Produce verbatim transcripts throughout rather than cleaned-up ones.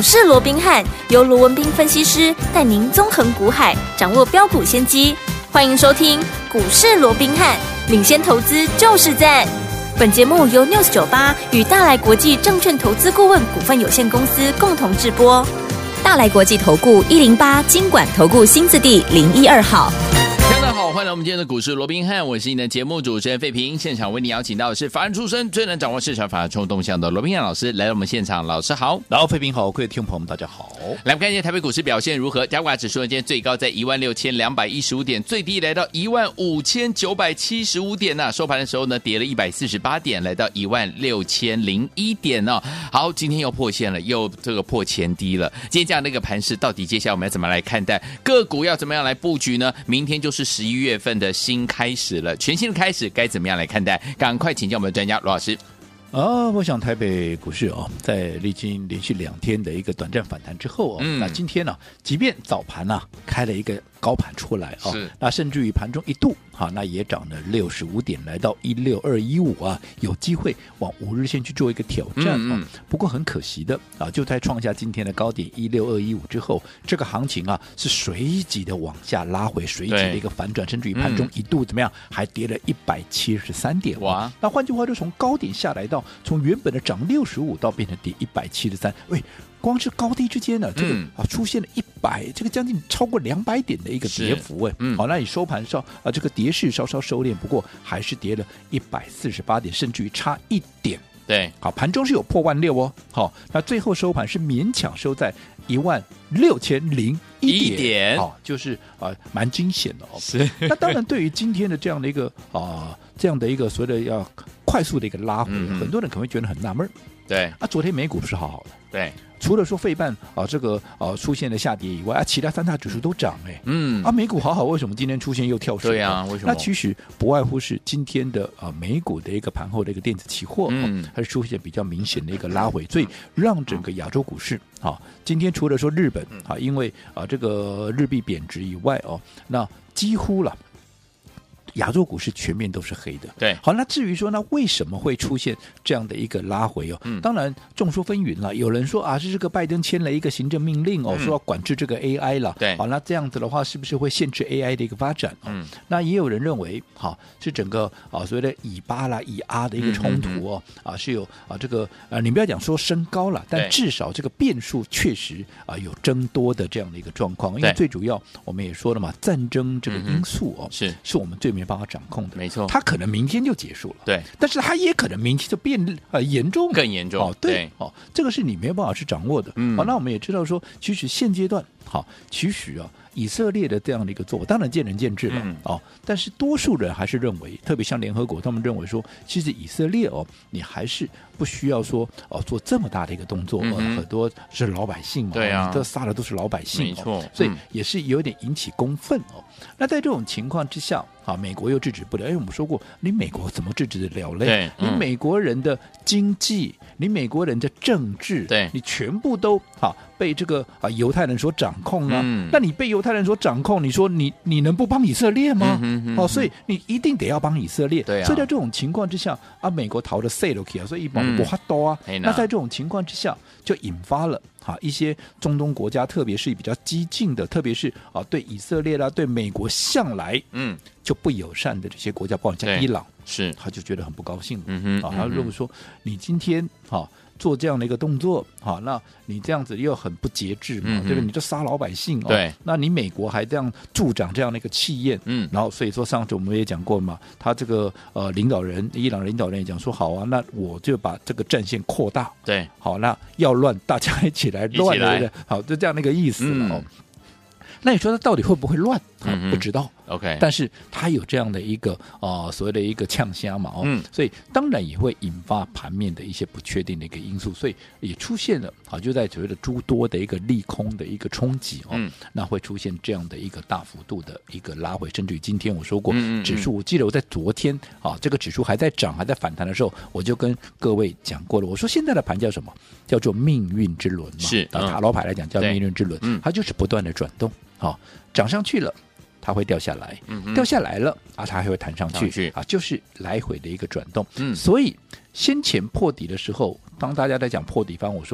市罗宾汉由罗文彬分析师带您纵横股海，掌握标股先机。欢迎收听股市罗宾汉，领先投资就是赞。本节目由 News 九十八与大来国际证券投资顾问股份有限公司共同制播。大来国际投顾一零八金管投顾新字第零一二号。 大家好，欢迎来我们今天的股市罗宾汉，我是你的节目主持人费平。现场为你邀请到的是法人出身、最能掌握市场法人冲动向的罗宾汉老师来到我们现场。老师好。 然后费平好，各位听众朋友们大家好。 来，我们看一下台北股市表现如何？加权指数今天最高在一万六千两百一十五点，最低来到一万五千九百七十五点、啊、收盘的时候呢跌了一百四十八点，来到一万六千零一点哦。好，今天又破线了，又这个破前低了。今天这样的一个盘势，到底接下来我们要怎么来看待？个股要怎么样来布局呢？明天就是十一月份的新开始了，全新的开始该怎么样来看待？赶快请教我们的专家罗老师。 啊，我想台北股市哦，在历经连续两天的一个短暂反弹之后哦，嗯、那今天呢、啊，即便早盘呢、啊、开了一个高盘出来哦，那甚至于盘中一度哈、啊，那也涨了六十五点，来到一六二一五啊，有机会往五日线去做一个挑战啊、嗯嗯。不过很可惜的啊，就在创下今天的高点一六二一五之后，这个行情啊是随即的往下拉回，随即的一个反转，甚至于盘中一度怎么样，嗯、还跌了一百七十三点哇。那换句话说，从高点下来到从原本的涨六十五到变成跌一百七十三，喂，光是高低之间呢，这个、嗯、啊出现了一百，这个将近超过两百点的一个跌幅，哎、嗯，好，那你收盘上啊，这个跌势稍稍收敛，不过还是跌了一百四十八点，甚至于差一点。 对， 好，盘中是有破万六哦，好，那最后收盘是勉强收在一万六千零一点，好，就是啊，蛮惊险的哦。 是， 那当然，对于今天的这样的一个啊，这样的一个所谓的要快速的一个拉回，嗯、很多人可能会觉得很纳闷。 对， 啊，昨天美股不是好好的， 对。 除了说费半啊这个啊出现了下跌以外啊，其他三大指数都涨哎， 嗯， 啊美股好好，为什么今天出现又跳水？ 对啊，为什么？ 那其实不外乎是今天的啊美股的一个盘后的一个电子期货，嗯，它是出现比较明显的一个拉回，所以让整个亚洲股市啊，今天除了说日本啊，因为啊这个日币贬值以外哦，那几乎了。亚洲股市全面都是黑的， 对。 好，那至于说那为什么会出现这样的一个拉回哦？嗯、当然众说纷纭了。有人说啊，是这个拜登签了一个行政命令哦，嗯、说要管制这个 A I 了。 对。 好，那这样子的话，是不是会限制 A I 的一个发展？嗯。那也有人认为，好是整个啊所谓的以巴啦、以阿的一个冲突哦，嗯、啊是有啊这个啊你不要讲说升高了，但至少这个变数确实啊有增多的这样的一个状况。因为最主要我们也说了嘛，战争这个因素哦，嗯、是是我们最没办法掌控的。 没错， 它可能明天就结束了， 对， 但是它也可能明天就变呃严重， 更严重， 哦，对，哦，这个是你没有办法去掌握的，嗯，好，那我们也知道说，其实现阶段，好，其实啊，以色列的这样的一个做法，当然见仁见智了，嗯、哦，但是多数人还是认为，特别像联合国，他们认为说，其实以色列哦，你还是不需要说哦做这么大的一个动作，嗯呃、很多是老百姓嘛， 对啊， 这杀的都是老百姓， 没错， 哦，所以也是有点引起公愤哦。那在这种情况之下，啊，美国又制止不了。因为我们说过，你美国怎么制止得了嘞？ 对， 嗯、你美国人的经济，你美国人的政治， 对， 你全部都啊被这个啊犹太人所掌控啊。嗯、那你被犹太人所掌控，你说你你能不帮以色列吗？嗯哼哼哦，所以你一定得要帮以色列。 对啊。 所以在这种情况之下，啊，美国逃了塞了去啊，所以一帮不哈多啊。嗯、那在这种情况之下，就引发了。好，一些中东国家，特别是比较激进的，特别是啊，对以色列啦、对美国向来嗯就不友善的这些国家，包括像伊朗， 是他就觉得很不高兴。 嗯哼， 啊，他如果说你今天啊做这样的一个动作，好，那你这样子又很不节制嘛，嗯、对不对？你就杀老百姓哦， 对， 那你美国还这样助长这样的一个气焰，嗯，然后所以说上次我们也讲过嘛，他这个呃领导人，伊朗领导人也讲说，好啊，那我就把这个战线扩大， 对， 好，那要乱大家一起来乱的，好，就这样的一个意思了哦。嗯那你说它到底会不会乱？嗯、不知道。 OK， 但是它有这样的一个呃所谓的一个呛虾嘛哦，嗯、所以当然也会引发盘面的一些不确定的一个因素，所以也出现了啊，就在所谓的诸多的一个利空的一个冲击哦，嗯、那会出现这样的一个大幅度的一个拉回，甚至于今天我说过，嗯嗯嗯指数，我记得我在昨天啊，这个指数还在涨还在反弹的时候，我就跟各位讲过了，我说现在的盘叫什么？叫做命运之轮嘛， 是啊，塔罗牌来讲叫命运之轮，它就是不断的转动，好，涨上去了。它会掉下来，嗯、掉下来了啊，它还会弹上去, 去啊，就是来回的一个转动。嗯，所以先前破底的时候，当大家在讲破底方，我说，哎，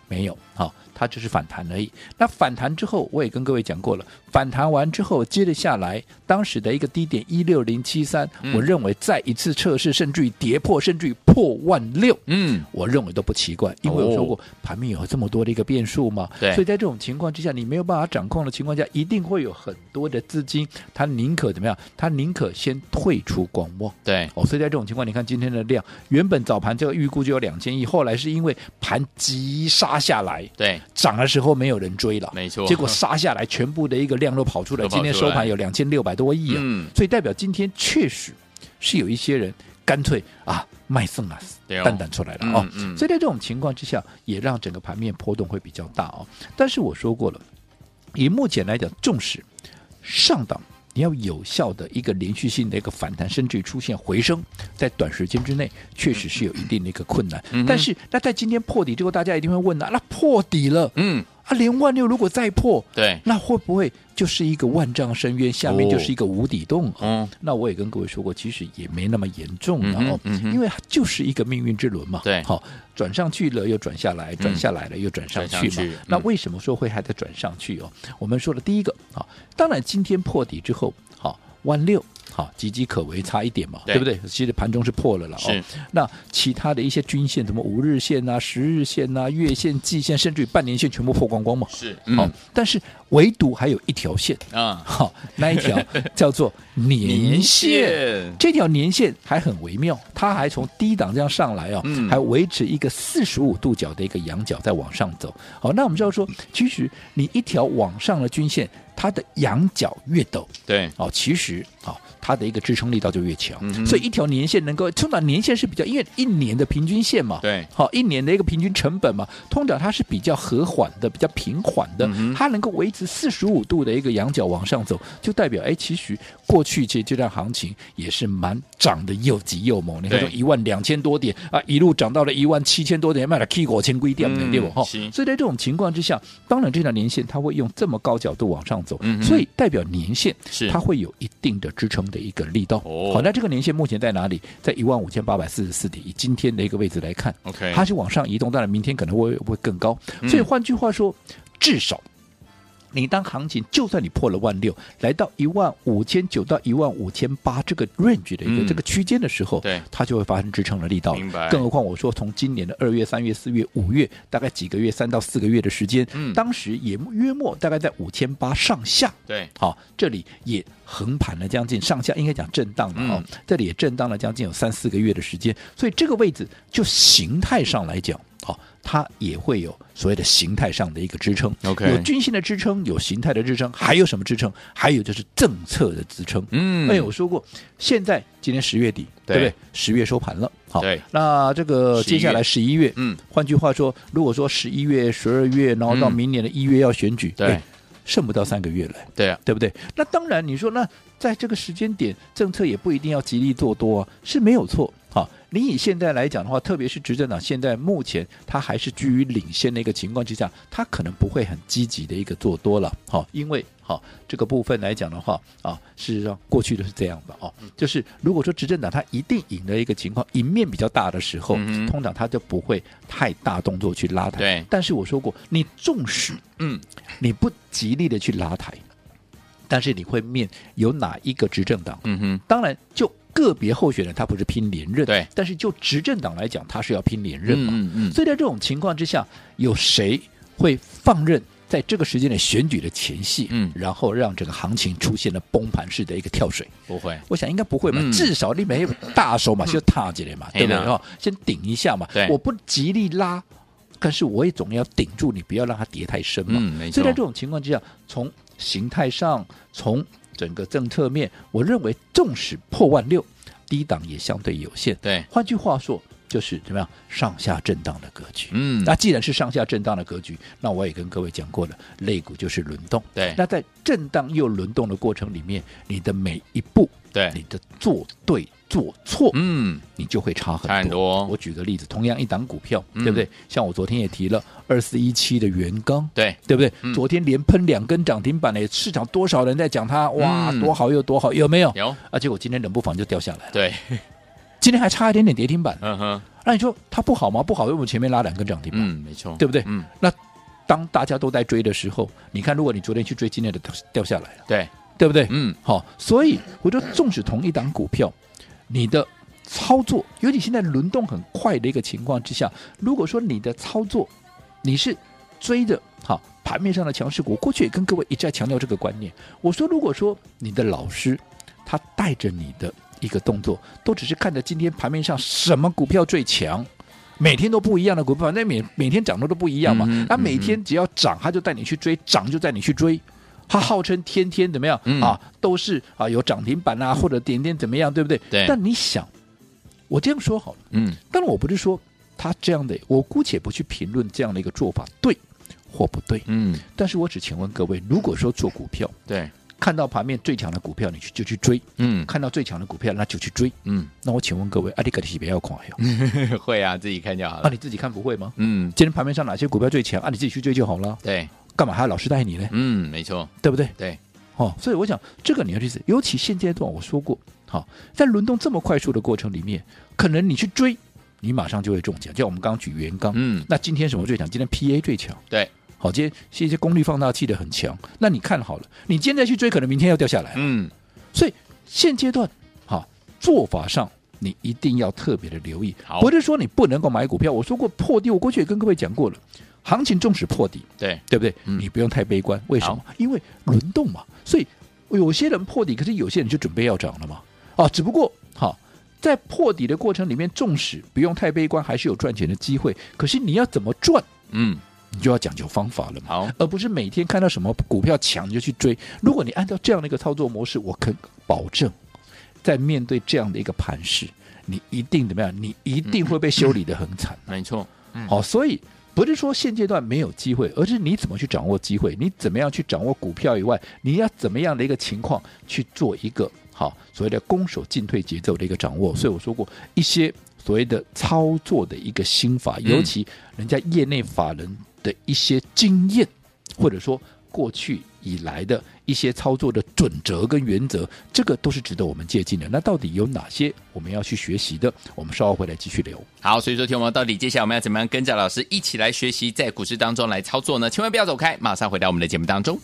没有，好，它只是反弹而已。那反弹之后，我也跟各位讲过了，反弹完之后，接着下来，当时的一个低点一六零七三，我认为再一次测试，甚至于跌破，甚至于破万六，嗯，我认为都不奇怪，因为我说过，盘面有这么多的一个变数嘛， 对， 所以在这种情况之下，你没有办法掌控的情况下，一定会有很多的资金，他宁可怎么样？他宁可先退出观望， 对， 哦，所以在这种情况，你看今天的量，原本早盘这个预估就有两千亿，后来是因为盘急杀下来， 对， 涨的时候没有人追了， 没错， 结果杀下来，全部的一个量都跑出来，今天收盘有两千六百多亿啊，嗯，所以代表今天确实是有一些人干脆啊卖剩啊，蛋蛋出来了哦，嗯嗯，所以在这种情况之下，也让整个盘面波动会比较大哦。但是我说过了，以目前来讲，纵使上档你要有效的一个连续性的一个反弹，甚至于出现回升，在短时间之内确实是有一定的一个困难。嗯、但是那在今天破底之后，大家一定会问啊，那破底了，嗯。啊，连万六如果再破， 对， 那会不会就是一个万丈深渊，下面就是一个无底洞？嗯、哦，那我也跟各位说过，其实也没那么严重的哦，嗯嗯、因为它就是一个命运之轮嘛。 对， 好、哦，转上去了又转下来，转下来了又转上去嘛。嗯、那为什么说会还在转上去哦？我们说的第一个啊，当然今天破底之后，好、哦，万六。好，岌岌可危，差一点嘛， 对, 对不对？其实盘中是破了了哦。那其他的一些均线，什么五日线啊、十日线啊、月线、季线，甚至于半年线，全部破光光嘛。 是， 嗯、好，但是唯独还有一条线啊，好，那一条叫做年线。这条年线还很微妙，它还从低档这样上来哦，嗯、还维持一个四十五度角的一个仰角在往上走。好，那我们知道说，其实你一条往上的均线，它的仰角越陡， 对， 哦，其实好。哦它的一个支撑力道就越强，嗯、所以一条年线能够，通常年线是比较，因为一年的平均线嘛， 对， 好，一年的一个平均成本嘛，通常它是比较和缓的，比较平缓的，嗯、它能够维持四十五度的一个仰角往上走，就代表，哎，其实过去这这段行情也是蛮涨得又急又猛。你看，从一万两千多点啊，一路涨到了一万七千多点，卖了 K 五千归点，对不？哈，所以在这种情况之下，当然这条年线它会用这么高角度往上走，嗯、所以代表年线它会有一定的支撑的一个力道。哦、好，那这个年线目前在哪里？在一万五千八百四十四点。以今天的一个位置来看 ，OK， 它是往上移动，当然明天可能会会更高。所以换句话说，嗯、至少你当行情就算你破了万六，来到一万五千九到一万五千八这个 range 的一个、嗯、这个区间的时候， 对， 它就会发生支撑的力道。 明白。 更何况我说从今年的二月、三月、四月、五月，大概几个月，三到四个月的时间，嗯、当时也约莫大概在五千八上下。 对， 好，这里也横盘了将近上下，应该讲震荡了哦，嗯、这里也震荡了将近有三四个月的时间，所以这个位置就形态上来讲，好，它也会有所谓的形态上的一个支撑。 OK， 有均线的支撑，有形态的支撑，还有什么支撑？还有就是政策的支撑。嗯，哎，我说过，现在今年十月底，对, 对不对？十月收盘了，好， 对， 那这个接下来十一月，嗯，换句话说，如果说十一月、十二月，然后到明年的一月要选举， 嗯、对。 剩不到三个月了， 对啊， 对不对？那当然，你说那在这个时间点，政策也不一定要极力做多啊，是没有错。好，你以现在来讲的话，特别是执政党现在目前它还是居于领先的一个情况之下，它可能不会很积极的一个做多了。好，因为好这个部分来讲的话啊，事实上过去的是这样的哦，就是如果说执政党它一定赢的一个情况，赢面比较大的时候，嗯、通常它就不会太大动作去拉抬。 对， 但是我说过，你纵使嗯你不极力的去拉抬，但是你会面有哪一个执政党？嗯哼，当然就个别候选人他不是拼连任， 对， 但是就执政党来讲，他是要拼连任嘛。嗯嗯，所以在这种情况之下，有谁会放任在这个时间的选举的前夕，嗯，然后让这个行情出现了崩盘式的一个跳水？ 不会， 我想应该不会嘛。嗯、至少你没有大手嘛，就踏起来嘛，对不对？哦，先顶一下嘛。我不极力拉，但是我也总要顶住你，不要让它跌太深嘛。嗯，没错。所以在这种情况之下，从形态上，从整个政策面，我认为纵使破万六，低档也相对有限。 对， 换句话说，就是怎么样上下震荡的格局。嗯，那既然是上下震荡的格局，那我也跟各位讲过了，类股就是轮动。 对， 那在震荡又轮动的过程里面，你的每一步， 对， 你的做对做错，嗯，你就会差很多。 很多。 我举个例子，同样一档股票，嗯、对不对？像我昨天也提了二四一七的元刚， 对， 对不对？嗯、昨天连喷两根涨停板呢，市场多少人在讲它，哇，嗯、多好又多好，有没有？ 有。 而且我今天冷不防就掉下来了。 对。 今天还差一点点跌停板，嗯哼， 那你说它不好吗？不好，因为我们前面拉两根涨停板， 嗯，没错， 对不对？ 嗯， 那当大家都在追的时候，你看，如果你昨天去追，今天的掉下来了， 对， 对不对？ 嗯， 好，所以我就纵使同一档股票，你的操作，尤其现在轮动很快的一个情况之下，如果说你的操作你是追着好盘面上的强势股，过去也跟各位一再强调这个观念。我说，如果说你的老师他带着你的一个动作，都只是看着今天盘面上什么股票最强，每天都不一样的股票，那每每天涨的都不一样嘛。他、嗯、每天只要涨，他就带你去追，涨就带你去追。他号称天天怎么样、嗯、啊，都是啊有涨停板啊，或者点点怎么样，对不对？ 对。 但你想，我这样说好了，嗯，当然我不是说他这样的，我姑且不去评论这样的一个做法对或不对，嗯，但是我只请问各位，如果说做股票， 对， 看到盘面最强的股票，你去就去追，嗯，看到最强的股票，那就去追，嗯，那我请问各位，啊，你自己不要看哟，会啊，自己看就好了， 啊，你自己看不会吗？ 嗯， 今天盘面上哪些股票最强，啊，你自己去追就好了， 对， 干嘛还要老师带你呢？ 嗯，没错， 对不对？ 对。 哦，所以我想这个你要去思，尤其现阶段我说过，好，在轮动这么快速的过程里面，可能你去追，你马上就会中奖。就像我们刚刚举元刚，嗯，那今天什么最强？今天 P A 最强， 对， 好，今天是一些功率放大器的很强。那你看好了，你今天再去追，可能明天要掉下来，嗯，所以现阶段，好，做法上你一定要特别的留意，不是说你不能够买股票。我说过破底，我过去也跟各位讲过了。行情纵使破底， 对对不对、 嗯？ 你不用太悲观，为什么？因为轮动嘛，所以有些人破底，可是有些人就准备要涨了嘛。啊，只不过好，在破底的过程里面，纵使不用太悲观，还是有赚钱的机会。可是你要怎么赚？嗯，你就要讲究方法了嘛。 好， 而不是每天看到什么股票强你就去追。如果你按照这样的一个操作模式，我可保证，在面对这样的一个盘势，你一定怎么样？你一定会被修理得很惨、 嗯。没错， 嗯，好，所以。不是说现阶段没有机会，而是你怎么去掌握机会，你怎么样去掌握股票以外，你要怎么样的一个情况去做一个好所谓的攻守进退节奏的一个掌握。所以我说过一些所谓的操作的一个心法，嗯、尤其人家业内法人的一些经验，或者说过去以来的一些操作的准则跟原则，这个都是值得我们借鉴的。那到底有哪些我们要去学习的？我们稍后回来继续聊。 好，所以说听我们到底接下来我们要怎么样跟着老师一起来学习，在股市当中来操作呢？千万不要走开，马上回到我们的节目当中。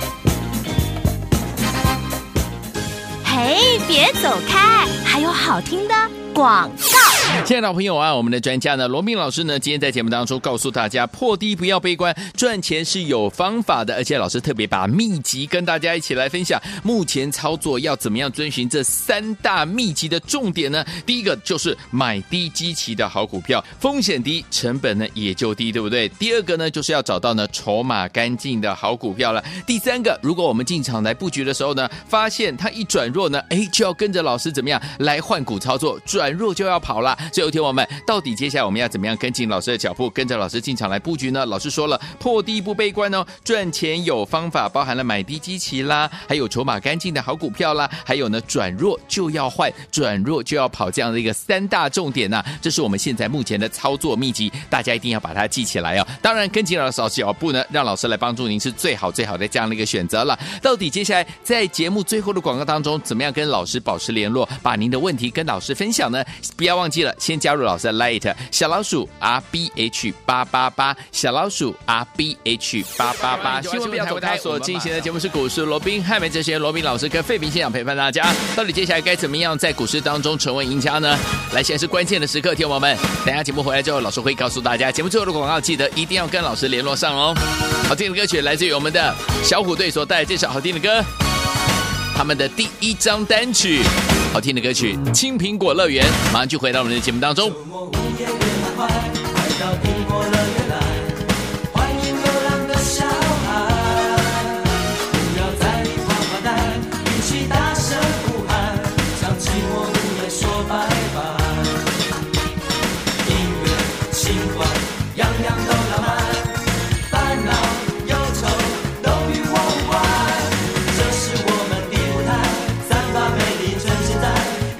嘿，别走开，还有好听的广告。 亲爱的朋友啊，我们的专家呢，罗明老师呢，今天在节目当中告诉大家，破低不要悲观，赚钱是有方法的。而且老师特别把秘籍跟大家一起来分享，目前操作要怎么样遵循这三大秘籍的重点呢？第一个就是买低基期的好股票，风险低，成本呢也就低，对不对？第二个呢，就是要找到呢筹码干净的好股票了。第三个，如果我们进场来布局的时候呢，发现它一转弱呢，哎，就要跟着老师怎么样来换股操作，转弱就要跑了。所以有天我们到底接下来我们要怎么样跟进老师的脚步，跟着老师进场来布局呢？老师说了，破低不悲观哦，赚钱有方法，包含了买低基期啦，还有筹码干净的好股票啦，还有呢转弱就要换，转弱就要跑这样的一个三大重点呐、啊，这是我们现在目前的操作秘籍，大家一定要把它记起来哦。当然跟紧老师脚步呢，让老师来帮助您是最好最好的这样的一个选择了。到底接下来在节目最后的广告当中，怎么样跟老师保持联络，把您的问题跟老师分享呢？不要忘记了，先加入老师的 Lite 小老鼠 R B H 八八八， 小老鼠 R B H 八八八。新闻不要走开，所进行的节目是股市罗宾汉美哲学罗宾老师跟废品现场陪伴大家。到底接下来该怎么样在股市当中成为赢家呢？来，现在是关键的时刻，听友们，等一下节目回来之后，老师会告诉大家节目最后的广告，记得一定要跟老师联络上哦。好听的歌曲来自于我们的小虎队所带来这首好听的歌，他们的第一张单曲，好听的歌曲《青苹果乐园》，马上就回到我们的节目当中。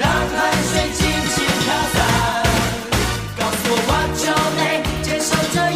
接受这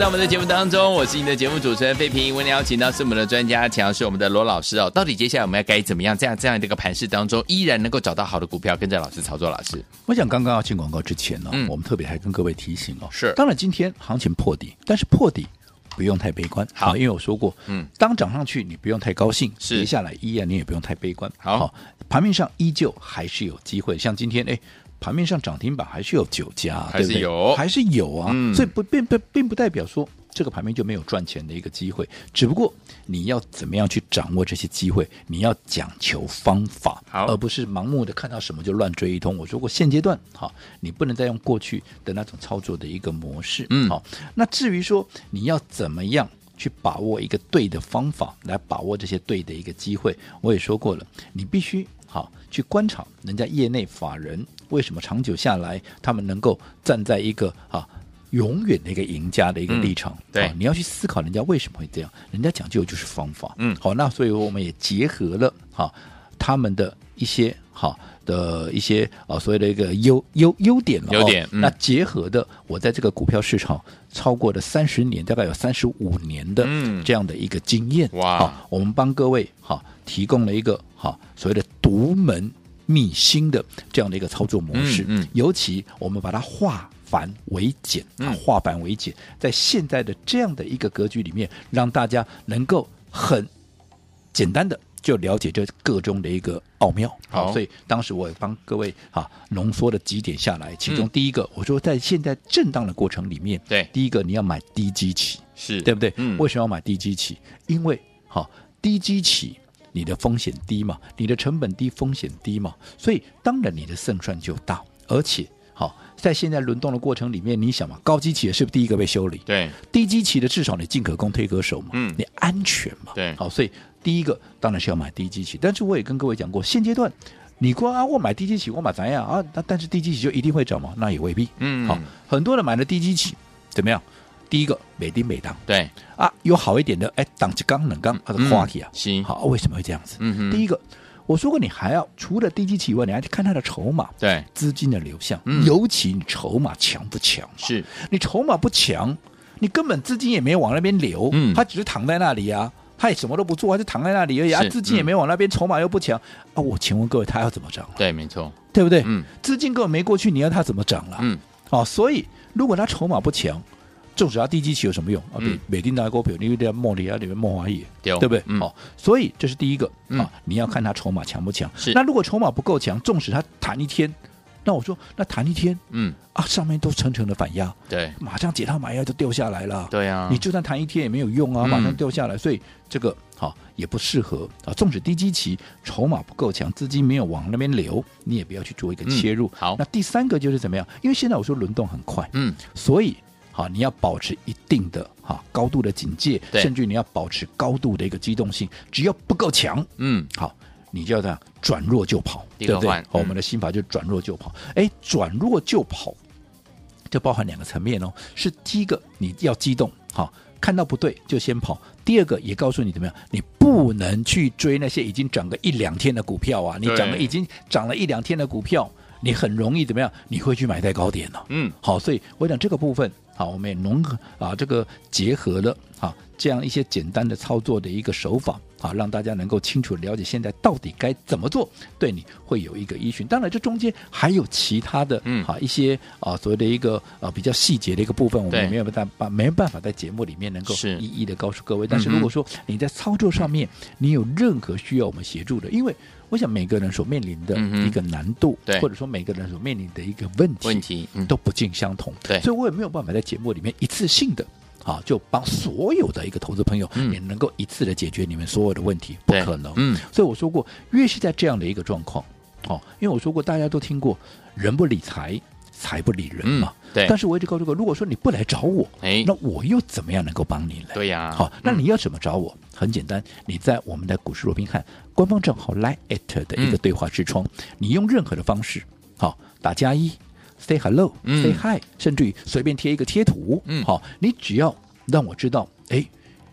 到我们的节目当中，我是你的节目主持人费平。为您邀请到是我们的专家，强是我们的罗老师哦。到底接下来我们要该怎么样，这样这样的一个盘势当中，依然能够找到好的股票，跟着老师操作？老师， 我想刚刚要进广告之前呢、哦嗯，我们特别还跟各位提醒哦，是，当然今天行情破底，但是破底不用太悲观，好，因为我说过，嗯，当涨上去你不用太高兴，是跌下来依然你也不用太悲观，好，好盘面上依旧还是有机会，像今天哎。盘面上涨停板还是有九家， 还是有， 还是有啊，嗯、所以不并不并不代表说这个盘面就没有赚钱的一个机会，只不过你要怎么样去掌握这些机会，你要讲求方法，而不是盲目的看到什么就乱追一通。我说过，现阶段哈，你不能再用过去的那种操作的一个模式，嗯，好。那至于说你要怎么样去把握一个对的方法，来把握这些对的一个机会，我也说过了，你必须好去观察人家业内法人为什么长久下来他们能够站在一个啊永远的一个赢家的一个立场、嗯、对、啊、你要去思考人家为什么会这样，人家讲究就是方法，嗯，好，那所以我们也结合了哈、啊、他们的一些好的一些啊所谓的一个优优优点了， 优点、嗯、 那结合的我在这个股票市场超过了三十年，大概有三十五年的这样的一个经验，哇、嗯，好，我们帮各位好提供了一个好所谓的独门秘辛的这样的一个操作模式，嗯嗯、尤其我们把它化繁为简，嗯、化繁为简，在现在的这样的一个格局里面，让大家能够很简单的就了解这个中的一个奥妙。好，所以当时我也帮各位哈浓缩了几点下来，其中第一个，嗯、我说在现在震荡的过程里面，对，第一个你要买低基期，是对不对？嗯、为什么要买低基期？因为哈低基期你的风险低嘛，你的成本低，风险低嘛，所以当然你的胜算就大，而且好，在现在轮动的过程里面，你想嘛，高基期的是不是第一个被修理？对，低基期的至少你进可攻退可守嘛，嗯，你安全嘛，对，好，所以第一个当然是要买低基期，但是我也跟各位讲过，现阶段你说啊，我买低基期，我买怎样啊？但是低基期就一定会涨吗？那也未必，嗯，好，很多人买了低基期怎么样？第一个美丁美当，对啊，有好一点的，哎，挡几缸冷缸，它的花体啊，嗯、好，为什么会这样子？嗯、第一个，我说过，你还要除了低基期以外，你还去看它的筹码，对，资金的流向，嗯、尤其你筹码强不强？是你筹码不强，你根本资金也没有往那边流，嗯、它只是躺在那里啊，它也什么都不做，它就躺在那里而已啊，资金也没往那边，筹码又不强啊，我请问各位，它要怎么涨？对，没错，对不对？嗯，资金根本没过去，你要它怎么涨了？嗯，哦，所以如果它筹码不强，纵使它低基期有什么用啊？嗯、美丁大股票，你有点茉莉啊，里面梦华野，对不对？嗯、哦，所以这是第一个、嗯、啊，你要看它筹码强不强。那如果筹码不够强，纵使它弹一天，那我说那弹一天，嗯啊，上面都层层的反压，对，马上解套买压就掉下来了。对啊，你就算弹一天也没有用啊，马上掉下来，嗯、所以这个好、啊、也不适合啊。纵使低基期筹码不够强，资金没有往那边流，你也不要去做一个切入。嗯、好，那第三个就是怎么样？因为现在我说轮动很快，嗯，所以。好，你要保持一定的哈高度的警戒，甚至你要保持高度的一个机动性。只要不够强，嗯，好，你就要这样转弱就跑，对不对？嗯、我们的心法就是转弱就跑。哎，转弱就跑，这包含两个层面哦。是第一个，你要机动，好，看到不对就先跑。第二个也告诉你怎么样，你不能去追那些已经涨个一两天的股票啊，你涨了已经涨了一两天的股票。你很容易怎么样？你会去买在高点了、啊。嗯，好，所以我讲这个部分，好，我们也融合啊，这个结合了啊，这样一些简单的操作的一个手法，啊，让大家能够清楚了解现在到底该怎么做，对你会有一个依循。当然，这中间还有其他的，嗯，啊，一些啊所谓的一个啊比较细节的一个部分，我们没有办法没有办法在节目里面能够一一的告诉各位。但是如果说你在操作上面，你有任何需要我们协助的，因为我想每个人所面临的一个难度，嗯、或者说每个人所面临的一个问题，问题、嗯、都不尽相同，对，所以我也没有办法在节目里面一次性的啊，就帮所有的一个投资朋友也能够一次的解决你们所有的问题，不可能。嗯，所以我说过，越是在这样的一个状况，哦，因为我说过，大家都听过“人不理财，财不理人”嘛。嗯、对。但是我一直告诉各位，如果说你不来找我，哎，那我又怎么样能够帮你呢？对呀、啊。好，那你要怎么找我？很简单，你在我们的股市罗宾汉官方账号 Line at 的一个对话视窗，嗯、你用任何的方式，好，打加一 ，say hello，say、嗯、hi， 甚至于随便贴一个贴图，嗯，好，你只要让我知道，哎，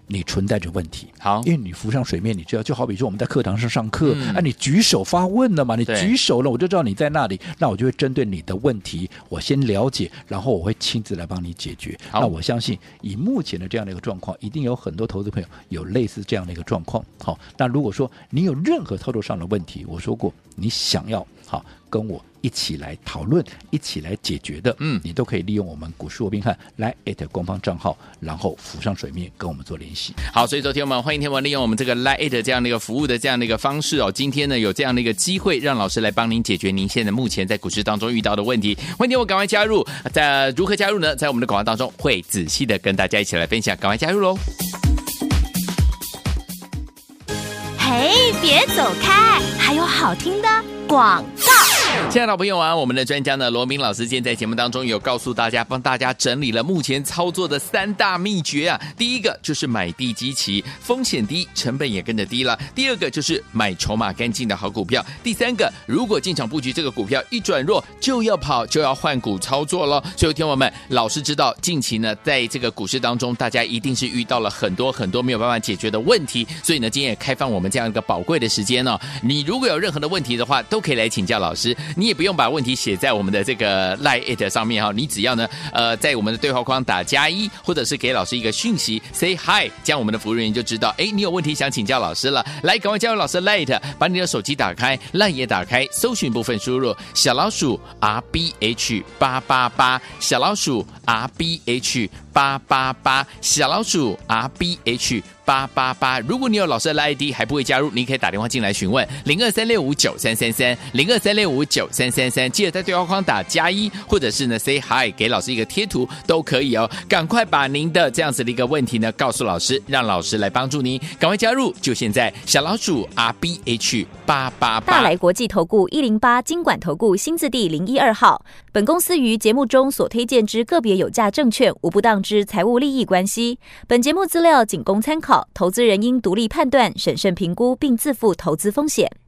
你存在着问题。 好， 因为你浮上水面，你知道，就好比说我们在课堂上上课， 嗯、 啊，你举手发问了嘛，你举手了，我就知道你在那里，那我就会针对你的问题，我先了解，然后我会亲自来帮你解决。那我相信，以目前的这样的一个状况，一定有很多投资朋友有类似这样的一个状况。好，那如果说你有任何操作上的问题，我说过，你想要好跟我一起来讨论，一起来解决的，嗯，你都可以利用我们股市罗宾汉来 at 官方账号，然后浮上水面跟我们做联系。 好，所以昨天我们欢迎天王利用我们这个 Line 这样的一个服务的这样的一个方式哦，今天呢有这样的一个机会，让老师来帮您解决您现在目前在股市当中遇到的问题。欢迎天王赶快加入，在如何加入呢？在我们的广告当中会仔细的跟大家一起来分享，赶快加入喽！ 嘿，别走开，还有好听的广告。 亲爱的朋友啊，我们的专家呢罗明老师今天在节目当中有告诉大家，帮大家整理了目前操作的三大秘诀啊。第一个就是买低基期，风险低，成本也跟着低了。第二个就是买筹码干净的好股票。第三个，如果进场布局这个股票一转弱，就要跑，就要换股操作了。所以听友们，老师知道近期呢在这个股市当中，大家一定是遇到了很多很多没有办法解决的问题，所以呢今天也开放我们这样一个宝贵的时间哦。你如果有任何的问题的话，都可以来请教老师。你也不用把问题写在我们的这个 Line 上面哈，你只要呢呃在我们的对话框打加一，或者是给老师一个讯息 say hi， 这样我们的服务人员就知道，哎，你有问题想请教老师了。来，赶快加入老师 Line， 把你的手机打开 ，Line 也打开，搜寻部分输入小老鼠 R B H 八八八， 小老鼠 R B H 八八八， 小老鼠 R B H八八八。如果你有老师的 I D 还不会加入，你可以打电话进来询问零二三六五九三三三 零二三六五九三三三，记得在对话框打加一，或者是呢 say hi 给老师一个贴图都可以哦。赶快把您的这样子的一个问题呢告诉老师，让老师来帮助您。赶快加入，就现在！小老鼠 R B H 八八八。 大来国际投顾一零八金管投顾新字第零一二号。本公司于节目中所推荐之个别有价证券，无不当之财务利益关系。本节目资料仅供参考，投资人应独立判断、审慎评估，并自负投资风险。